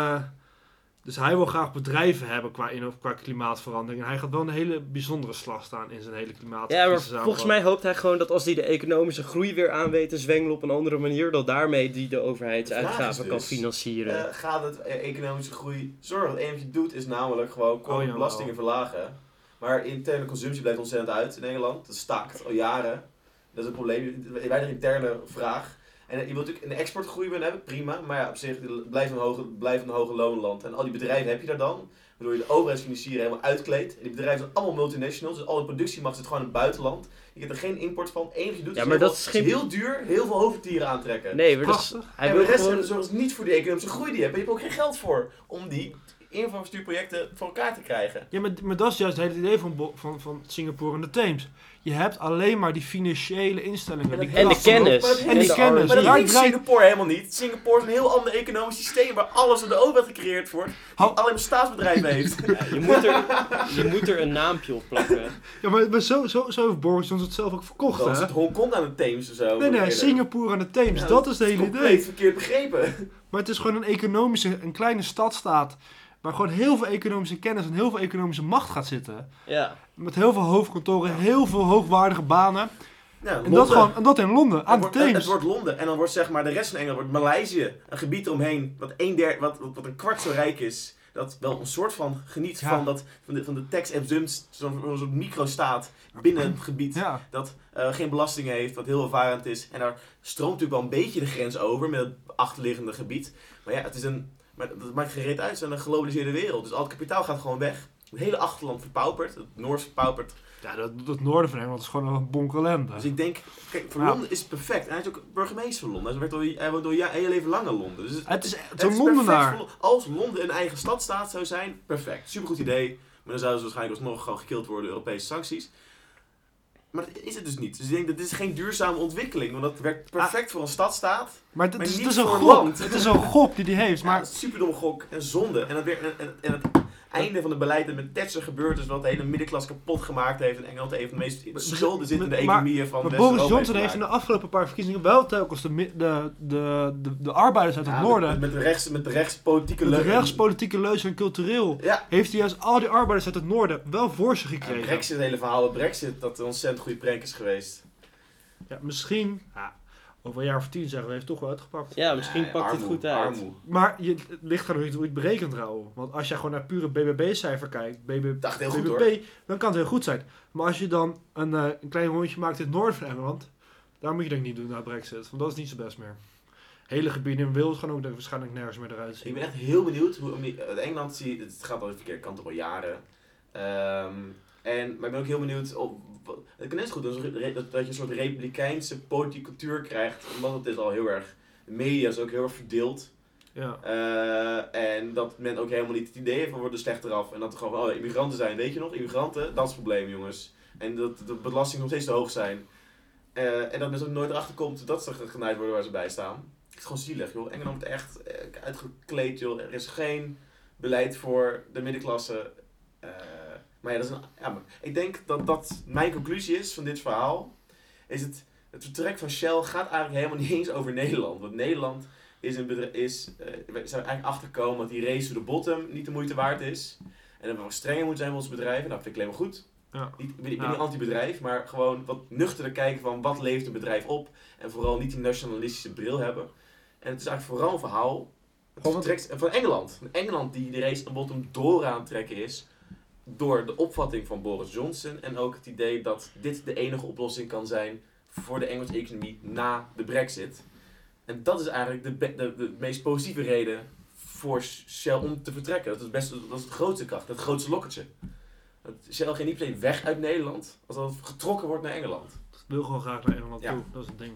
dus hij wil graag bedrijven hebben qua klimaatverandering. En hij gaat wel een hele bijzondere slag staan in zijn hele klimaatcrisis. Ja, maar volgens mij hoopt hij gewoon dat als hij de economische groei weer aan weet te zwengelen op een andere manier, dat daarmee die de overheidsuitgaven kan financieren. Gaat het economische groei zorgen? Het enige wat je doet is namelijk gewoon belastingen verlagen. Maar interne consumptie blijft ontzettend uit in Nederland. Dat staakt al jaren. Dat is een probleem. Weinig interne vraag. En je wilt natuurlijk een exportgroei willen hebben, prima. Maar ja, op zich blijft een hoge loonland. En al die bedrijven heb je daar dan. Waardoor je de overheidsfinanciering helemaal uitkleedt. En die bedrijven zijn allemaal multinationals. Dus al de productiemacht zit gewoon in het buitenland. Je hebt er geen import van. Het enige wat je doet is heel duur, heel veel hoofdtieren aantrekken. Nee, maar en de rest zorgt niet voor die economische groei die je hebt. En je hebt ook geen geld voor om die infrastructuurprojecten voor elkaar te krijgen. Ja, maar dat is juist het hele idee van Singapore en de Theems. Je hebt alleen maar die financiële instellingen. En de kennis. Maar dat heeft Singapore helemaal niet. Singapore is een heel ander economisch systeem waar alles door de overheid gecreëerd wordt. Die alleen maar staatsbedrijven heeft. Ja, je moet er een naampje op plakken. Ja, maar zo heeft Boris Johnson het zelf ook verkocht. Gewoon zit Hongkong aan de Theems of zo. Nee, Singapore aan de Theems. Ja, dat is het hele idee. Compleet verkeerd begrepen. Maar het is gewoon een kleine stadstaat waar gewoon heel veel economische kennis en heel veel economische macht gaat zitten. Ja. Met heel veel hoofdkantoren, heel veel hoogwaardige banen. Ja, en dat in Londen, aan de Theems. Het wordt Londen en dan wordt zeg maar de rest van Engeland, wordt Maleisië, een gebied eromheen, wat een kwart zo rijk is. Dat wel een soort van geniet van de tax exempts, zo'n soort microstaat binnen het gebied. Ja. Dat geen belastingen heeft, wat heel welvarend is. En daar stroomt natuurlijk wel een beetje de grens over met het achterliggende gebied. Maar ja, maar dat maakt geen reet uit, het is een geglobaliseerde wereld. Dus al het kapitaal gaat gewoon weg. Het hele achterland verpaupert, het Noors verpaupert. Ja, dat noorden van Engeland is gewoon een bonk ellende. Dus ik denk, kijk, voor Londen is het perfect. En hij is ook burgemeester van Londen. Hij woont door heel leven lang in Londen. Dus het is een Londenaar. Als Londen een eigen stadstaat zou zijn, perfect. Supergoed idee. Maar dan zouden ze waarschijnlijk alsnog gewoon gekild worden door Europese sancties. Maar dat is het dus niet. Dus ik denk dat dit is geen duurzame ontwikkeling. Want dat werkt perfect voor een stadstaat. Maar het is een gok. Het is een gok die hij heeft. Maar een superdomme gok en zonde. En het einde van het beleid dat met Thatcher gebeurd is, wat de hele middenklasse kapot gemaakt heeft in Engeland, heeft de meest schulden zittende economieën van West-Europa. Maar Boris Johnson heeft in de afgelopen paar verkiezingen wel telkens de arbeiders uit het noorden. Met de rechtspolitieke leuzen. De rechtspolitieke leuzen en cultureel. Ja. Heeft hij juist al die arbeiders uit het noorden wel voor zich gekregen. Ja, Brexit, het hele verhaal met Brexit, dat een ontzettend goede prank is geweest. Ja, misschien. Over een jaar of 10 zeggen we, heeft het toch wel uitgepakt. Ja, misschien pakt het goed uit. Armoe. Maar het ligt er nog niet hoe je het berekent, Raoul. Want als je gewoon naar pure BBB-cijfer kijkt, BBB, dan kan het heel goed zijn. Maar als je dan een klein rondje maakt in het noorden van Engeland, daar moet je denk ik niet doen na Brexit. Want dat is niet zo best meer. Hele gebieden in Wales gaan ook waarschijnlijk nergens meer eruit zien. Ik ben echt heel benieuwd hoe Engeland ziet. Het gaat al de verkeerde kant op al jaren. Maar ik ben ook heel benieuwd op. Het kan net zo goed dat je een soort republikeinse politieke cultuur krijgt, omdat het is al heel erg. De media is ook heel erg verdeeld. Ja. En dat men ook helemaal niet het idee heeft van worden slechter af. En dat er gewoon immigranten zijn. Weet je nog? Immigranten, dat is het probleem, jongens. En dat de belastingen nog steeds te hoog zijn. En dat mensen ook nooit erachter komt dat ze genaaid worden waar ze bij staan. Het is gewoon zielig, joh. Engeland wordt echt uitgekleed, joh. Er is geen beleid voor de middenklasse. Maar ja, ik denk dat mijn conclusie is van dit verhaal. Is het vertrek van Shell gaat eigenlijk helemaal niet eens over Nederland. Want Nederland we zijn eigenlijk achtergekomen dat die race to the bottom niet de moeite waard is. En dat we strenger moeten zijn met onze bedrijven. Nou, vind ik alleen maar goed. Ja. Ik ben niet anti-bedrijf, maar gewoon wat nuchterder kijken van wat levert een bedrijf op. En vooral niet die nationalistische bril hebben. En het is eigenlijk vooral een verhaal van Engeland. Engeland die de race to the bottom door aan het trekken is. Door de opvatting van Boris Johnson en ook het idee dat dit de enige oplossing kan zijn voor de Engelse economie na de Brexit. En dat is eigenlijk de meest positieve reden voor Shell om te vertrekken. Dat is het grootste kracht, het grootste lokkertje. Shell gaat niet per se weg uit Nederland als dat getrokken wordt naar Engeland. Dat wil gewoon graag naar Engeland toe, dat is het ding.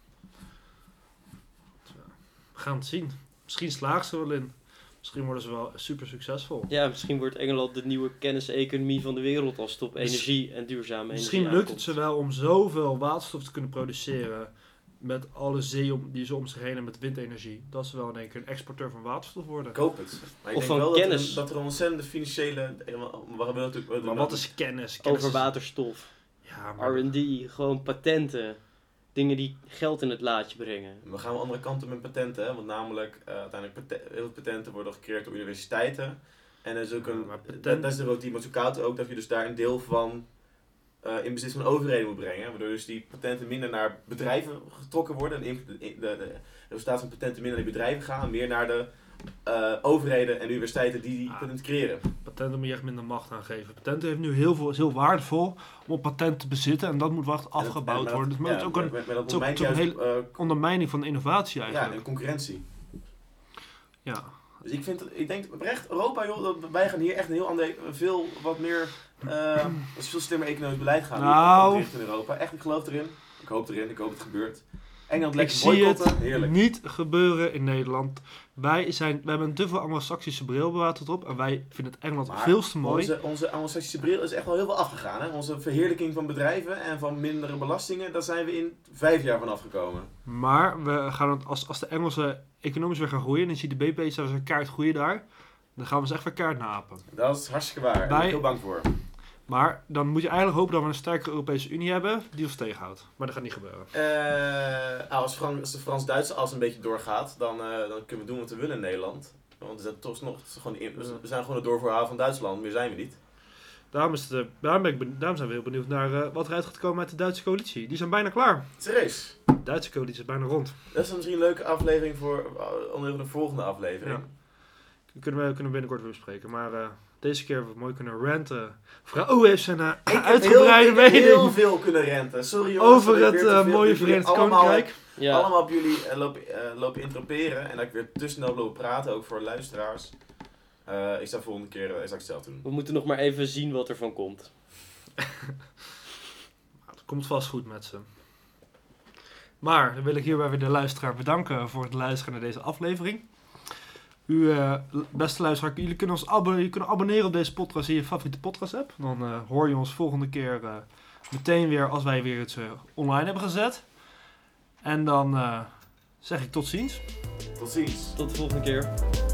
We gaan het zien. Misschien slagen ze wel in. Misschien worden ze wel super succesvol. Ja, misschien wordt Engeland de nieuwe kenniseconomie van de wereld als het op energie en duurzame energie Misschien lukt het ze wel om zoveel waterstof te kunnen produceren met alle zee die ze om zich heen hebben met windenergie. Dat ze wel in één keer een exporteur van waterstof worden. Ik hoop het. Maar ik of denk van wel kennis. dat er een ontzettende financiële... Maar wat is kennis? Over waterstof. Ja, maar... R&D, gewoon patenten. Dingen die geld in het laadje brengen. We gaan wel andere kanten met patenten, hè? Want namelijk uiteindelijk heel veel patenten worden gecreëerd door universiteiten. En er is ook dat is de Matsukato ook, dat je dus daar een deel van in bezit van overheden moet brengen. Waardoor dus die patenten minder naar bedrijven getrokken worden. En de resultaten van patenten minder naar die bedrijven gaan, meer naar de overheden en universiteiten die patenten creëren. Patenten moet je echt minder macht aan geven. Patenten heeft nu is heel waardevol om een patent te bezitten en dat moet wel echt afgebouwd worden. Dus het is ook een hele ondermijning van de innovatie eigenlijk. Ja, en concurrentie. Ja. Dus ik denk oprecht, Europa, joh, wij gaan hier echt een heel ander, wat meer, veel slimmer economisch beleid gaan. Nou, in Europa. Echt, ik geloof erin. Ik hoop het gebeurt. Engeland ik zie het niet gebeuren in Nederland. We hebben een te veel anglo-saxische bril bewaard op en wij vinden het Engeland veel te mooi. Onze anglo-saxische bril is echt wel heel veel afgegaan. Hè? Onze verheerlijking van bedrijven en van mindere belastingen, daar zijn we in 5 jaar van afgekomen. Maar we gaan als de Engelsen economisch weer gaan groeien, en je ziet de BP zelfs een kaart groeien daar, dan gaan we ze echt weer kaart napen. Dat is hartstikke waar. Daar ben ik heel bang voor. Maar dan moet je eigenlijk hopen dat we een sterke Europese Unie hebben die ons tegenhoudt. Maar dat gaat niet gebeuren. Als de Frans-Duitse as een beetje doorgaat, dan kunnen we doen wat we willen in Nederland. Want we zijn gewoon het doorvoerhalen van Duitsland, meer zijn we niet. Daarom zijn we heel benieuwd naar wat eruit gaat komen uit de Duitse coalitie. Die zijn bijna klaar. Serieus? De Duitse coalitie is bijna rond. Dat is misschien een leuke aflevering voor de volgende aflevering. Ja. Die kunnen we binnenkort weer bespreken. Maar deze keer hebben we mooi kunnen ranten. Vrouw heeft zijn uitgebreide mening. Ik heb heel veel kunnen ranten. Sorry jongens. Over het mooie Verenigd Koninkrijk. Allemaal op jullie lopen interroperen. En dat ik weer te snel loop praten, ook voor luisteraars. Ik zal volgende keer exact hetzelfde doen. We moeten nog maar even zien wat er van komt. Het komt vast goed met ze. Maar dan wil ik hierbij weer de luisteraar bedanken voor het luisteren naar deze aflevering. U, beste luisteraar, jullie kunnen abonneren op deze podcast in je favoriete podcast app. Dan hoor je ons volgende keer meteen weer als wij weer iets online hebben gezet. En dan zeg ik tot ziens. Tot ziens. Tot de volgende keer.